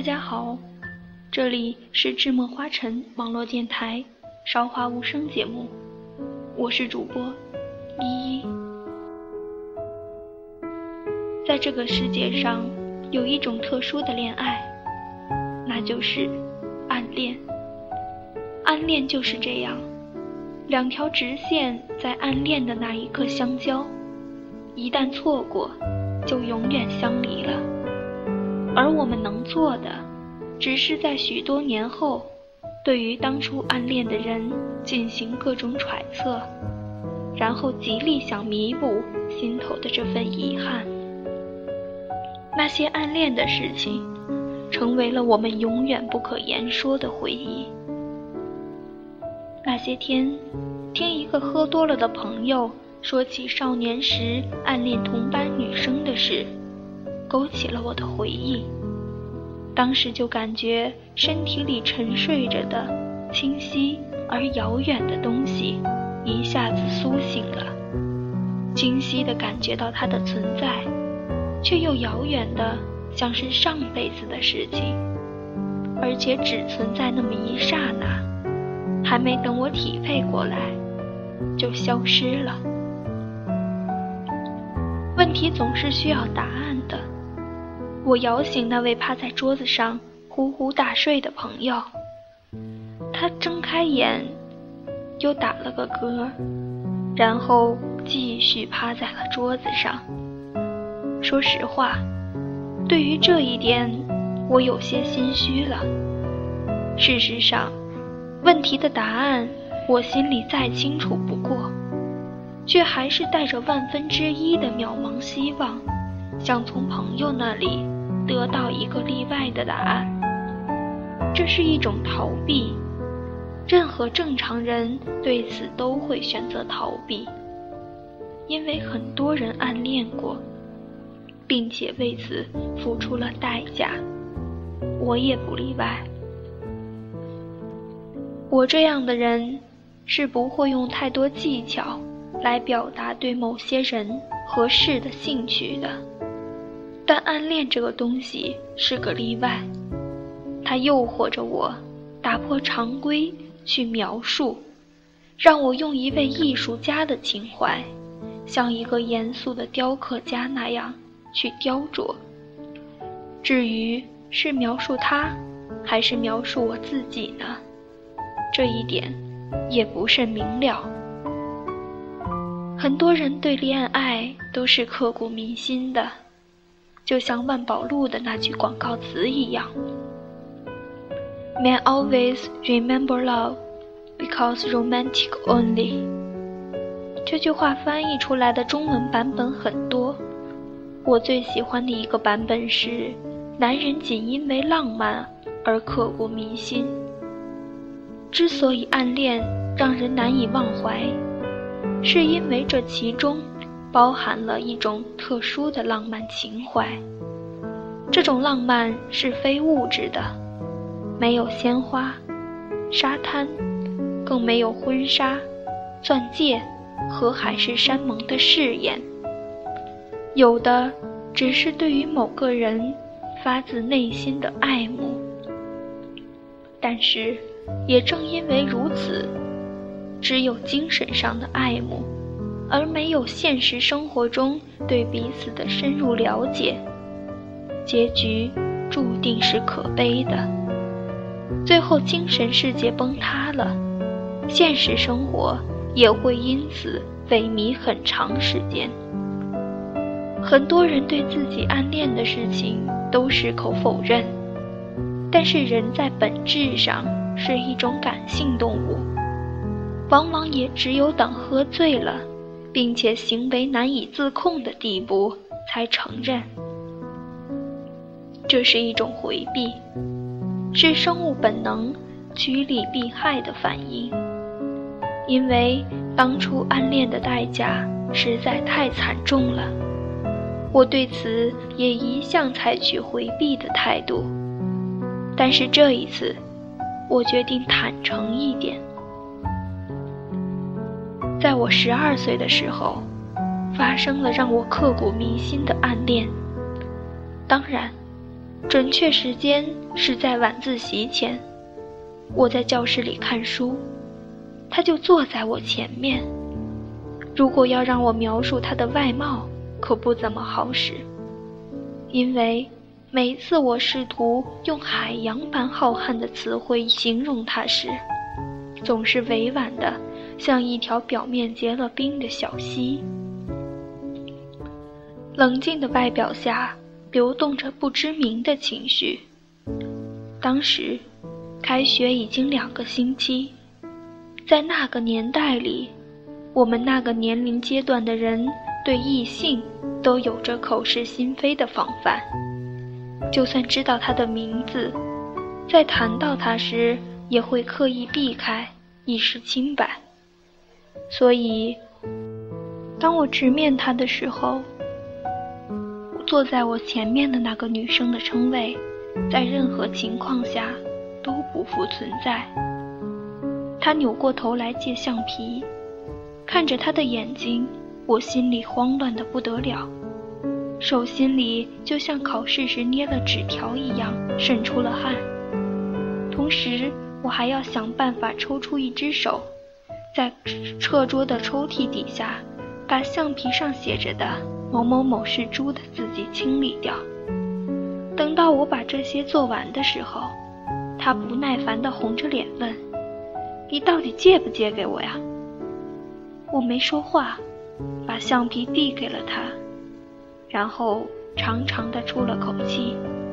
家好，这里是智梦花城网络电台韶华无声节目，我是主播依依。在这个世界上有一种特殊的恋爱，那就是暗恋。暗恋就是这样，两条直线在暗恋的那一刻相交，一旦错过就永远相离了。而我们能做的只是在许多年后对于当初暗恋的人进行各种揣测，然后极力想弥补心头的这份遗憾。那些暗恋的事情成为了我们永远不可言说的回忆。那些天听一个喝多了的朋友说起少年时暗恋同班女生的事，勾起了我的回忆。当时就感觉身体里沉睡着的清晰而遥远的东西一下子苏醒了，清晰地感觉到它的存在，却又遥远的像是上辈子的事情，而且只存在那么一刹那，还没等我体会过来就消失了。问题总是需要答案的。我摇醒那位趴在桌子上呼呼大睡的朋友，他睁开眼又打了个嗝，然后继续趴在了桌子上。说实话，对于这一点我有些心虚了。事实上，问题的答案我心里再清楚不过，却还是带着1/1000的渺茫希望，想从朋友那里得到一个例外的答案。这是一种逃避，任何正常人对此都会选择逃避，因为很多人暗恋过，并且为此付出了代价，我也不例外。我这样的人是不会用太多技巧来表达对某些人和事的兴趣的，但暗恋这个东西是个例外，它诱惑着我打破常规去描述，让我用一位艺术家的情怀，像一个严肃的雕刻家那样去雕琢。至于是描述他还是描述我自己呢，这一点也不甚明了。很多人对恋爱都是刻骨铭心的，就像万宝路的那句广告词一样， Men always remember love because romantic only。 这句话翻译出来的中文版本很多，我最喜欢的一个版本是男人仅因为浪漫而刻骨铭心。之所以暗恋让人难以忘怀，是因为这其中包含了一种特殊的浪漫情怀。这种浪漫是非物质的，没有鲜花、沙滩，更没有婚纱、钻戒和海誓山盟的誓言，有的只是对于某个人发自内心的爱慕。但是也正因为如此，只有精神上的爱慕，而没有现实生活中对彼此的深入了解，结局注定是可悲的。最后精神世界崩塌了，现实生活也会因此萎靡很长时间。很多人对自己暗恋的事情都矢口否认，但是人在本质上是一种感性动物，往往也只有等喝醉了，并且行为难以自控的地步才承认。这是一种回避，是生物本能趋利避害的反应。因为当初暗恋的代价实在太惨重了，我对此也一向采取回避的态度。但是这一次，我决定坦诚一点。在我12岁的时候，发生了让我刻骨铭心的暗恋。当然， 准确时间是在晚自习前。我在教室里看书，他就坐在我前面。如果要让我描述他的外貌，可不怎么好使，因为每一次我试图用海洋般浩瀚的词汇形容他时，总是委婉的，像一条表面结了冰的小溪。冷静的外表下流动着不知名的情绪。当时开学已经2个星期，在那个年代里，我们那个年龄阶段的人对异性都有着口是心非的防范，就算知道他的名字，在谈到他时也会刻意避开，以示清白。所以当我直面他的时候，坐在我前面的那个女生的称谓在任何情况下都不复存在。她扭过头来借橡皮，看着她的眼睛，我心里慌乱得不得了，手心里就像考试时捏了纸条一样渗出了汗。同时我还要想办法抽出一只手，在课桌的抽屉底下把橡皮上写着的某某某是猪的字迹清理掉。等到我把这些做完的时候，他不耐烦地红着脸问：“你到底借不借给我呀？”我没说话，把橡皮递给了他，然后长长地出了口气。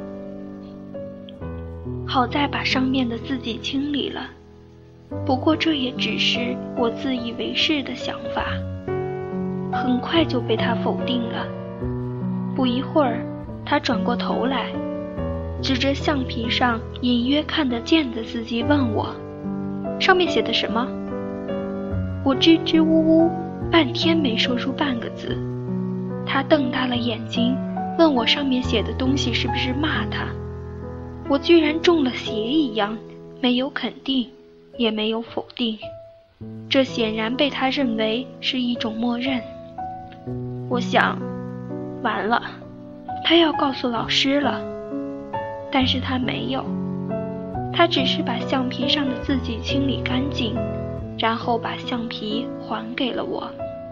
好在把上面的字迹清理了，不过这也只是我自以为是的想法，很快就被他否定了。不一会儿，他转过头来，指着橡皮上隐约看得见的字迹问我：“上面写的什么？”我支支吾吾，半天没说出半个字。他瞪大了眼睛，问我上面写的东西是不是骂他。我居然中了邪一样，没有肯定，也没有否定，这显然被他认为是一种默认。我想，完了，他要告诉老师了。但是他没有，他只是把橡皮上的字迹清理干净，然后把橡皮还给了我。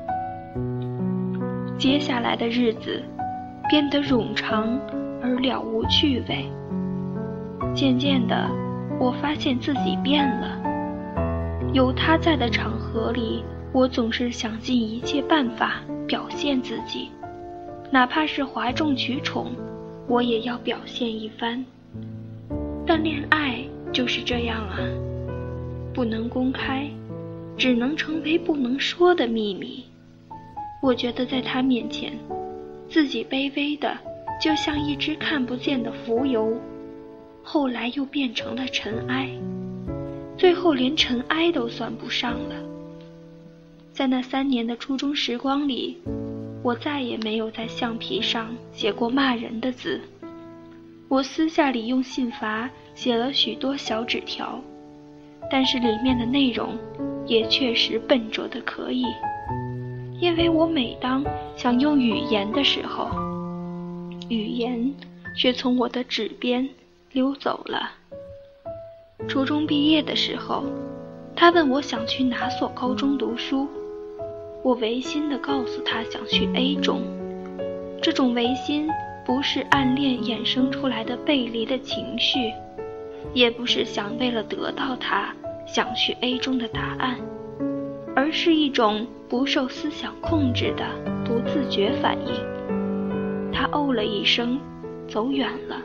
接下来的日子变得冗长而了无趣味。渐渐的，我发现自己变了。有他在的场合里，我总是想尽一切办法表现自己，哪怕是哗众取宠，我也要表现一番。但恋爱就是这样啊，不能公开，只能成为不能说的秘密。我觉得在他面前，自己卑微的就像一只看不见的浮游，后来又变成了尘埃，最后连尘埃都算不上了。在那3年的初中时光里，我再也没有在橡皮上写过骂人的字。我私下里用信罚写了许多小纸条，但是里面的内容也确实笨拙的可以，因为我每当想用语言的时候，语言却从我的纸边溜走了。初中毕业的时候，他问我想去哪所高中读书，我违心地告诉他想去 A 中。这种违心不是暗恋衍生出来的背离的情绪，也不是想为了得到他想去 A 中的答案，而是一种不受思想控制的不自觉反应。他哦了一声，走远了。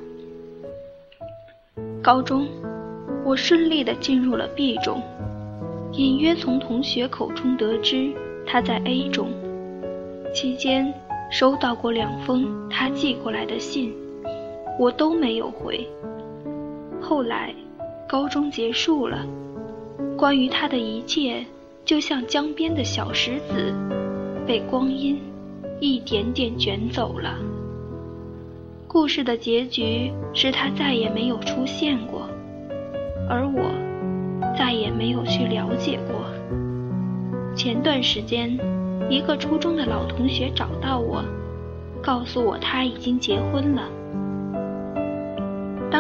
高中，我顺利地进入了 B 中，隐约从同学口中得知他在 A 中，期间收到过2封他寄过来的信，我都没有回。后来高中结束了，关于他的一切就像江边的小石子，被光阴一点点卷走了。故事的结局是他再也没有出现过，而我再也没有去了解过。前段时间，一个初中的老同学找到我，告诉我他已经结婚了。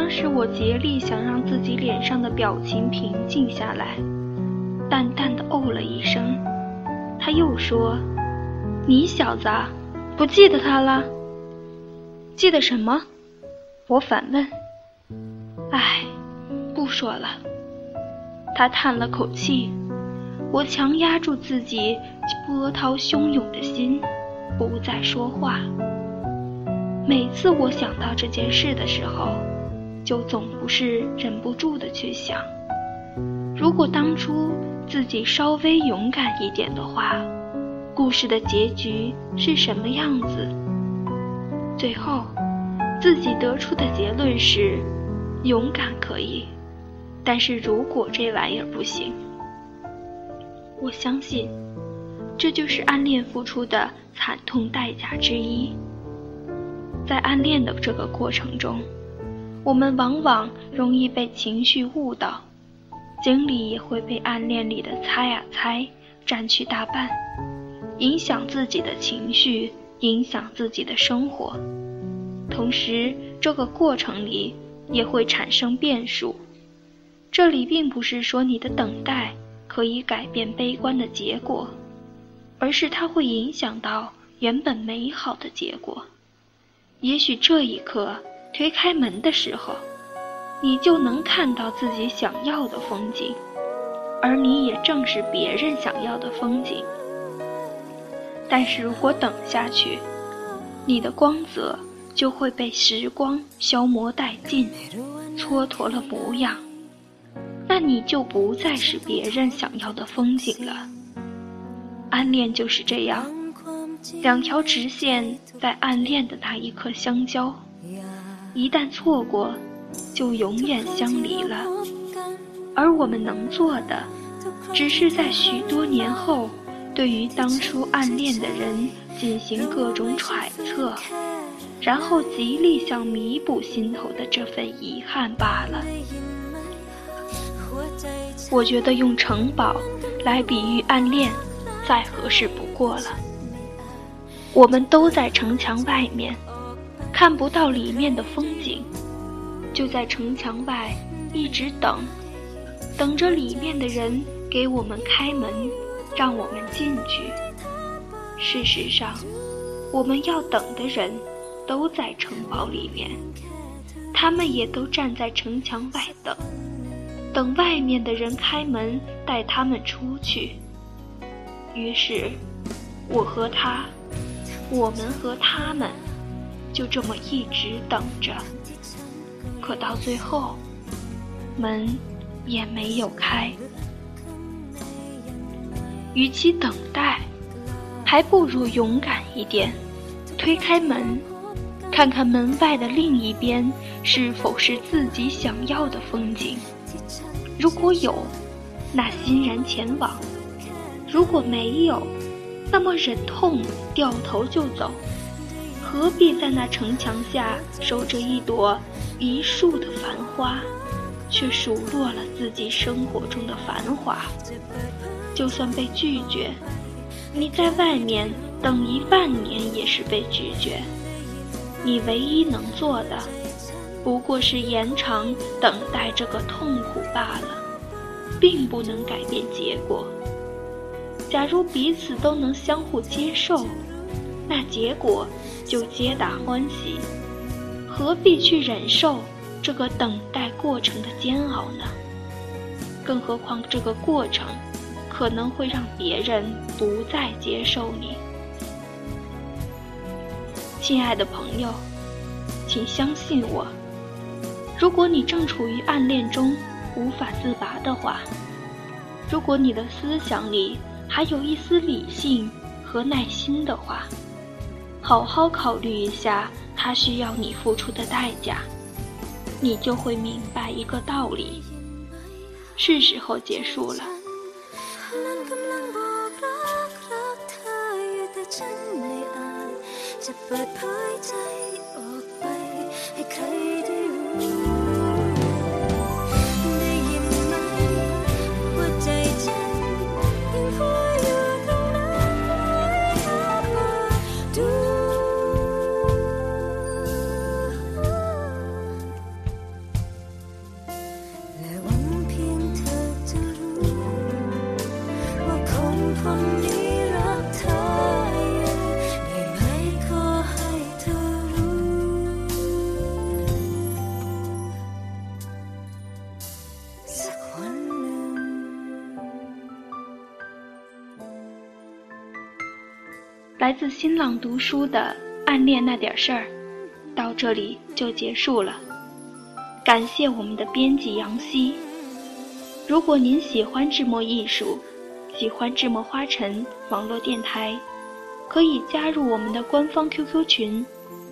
当时我竭力想让自己脸上的表情平静下来，淡淡的哦了一声。他又说：“你小子不记得他了？”“记得什么？”我反问。“唉，不说了。”他叹了口气。我强压住自己波涛汹涌的心，不再说话。每次我想到这件事的时候，就总不是忍不住的去想，如果当初自己稍微勇敢一点的话，故事的结局是什么样子？最后，自己得出的结论是，勇敢可以，但是如果这玩意儿不行。我相信，这就是暗恋付出的惨痛代价之一。在暗恋的这个过程中，我们往往容易被情绪误导，精力也会被暗恋里的猜啊猜占去大半，影响自己的情绪，影响自己的生活。同时，这个过程里也会产生变数。这里并不是说你的等待可以改变悲观的结果，而是它会影响到原本美好的结果。也许这一刻推开门的时候，你就能看到自己想要的风景，而你也正是别人想要的风景。但是如果等下去，你的光泽就会被时光消磨殆尽，蹉跎了模样，那你就不再是别人想要的风景了。暗恋就是这样，两条直线在暗恋的那一刻相交，一旦错过，就永远相离了。而我们能做的，只是在许多年后，对于当初暗恋的人进行各种揣测，然后极力想弥补心头的这份遗憾罢了。我觉得用城堡来比喻暗恋再合适不过了。我们都在城墙外面，看不到里面的风景，就在城墙外一直等着里面的人给我们开门，让我们进去。事实上，我们要等的人都在城堡里面，他们也都站在城墙外等外面的人开门带他们出去。于是我和他，我们和他们就这么一直等着，可到最后门也没有开。与其等待，还不如勇敢一点，推开门，看看门外的另一边是否是自己想要的风景。如果有，那欣然前往；如果没有，那么忍痛掉头就走。何必在那城墙下守着一朵一树的繁花，却数落了自己生活中的繁华？就算被拒绝，你在外面等10000年也是被拒绝。你唯一能做的，不过是延长等待这个痛苦罢了，并不能改变结果。假如彼此都能相互接受，那结果就皆大欢喜，何必去忍受这个等待过程的煎熬呢？更何况这个过程可能会让别人不再接受你。亲爱的朋友，请相信我，如果你正处于暗恋中无法自拔的话，如果你的思想里还有一丝理性和耐心的话，好好考虑一下它需要你付出的代价，你就会明白一个道理，是时候结束了。จะเปิดเผยใจออกไปให้ใครได้รู้ได้ยินไหมว่าใจฉันยังคอยอยู่ตรงนั้นให้เธอเปิดดู来自新浪读书的暗恋那点事儿，到这里就结束了。感谢我们的编辑杨希。如果您喜欢志墨艺术，喜欢志墨花城网络电台，可以加入我们的官方 QQ 群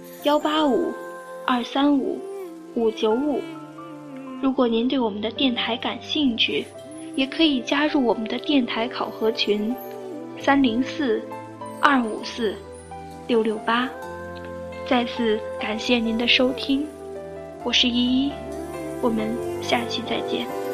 185-235-595。如果您对我们的电台感兴趣，也可以加入我们的电台考核群304-254-668。再次感谢您的收听，我是依依，我们下期再见。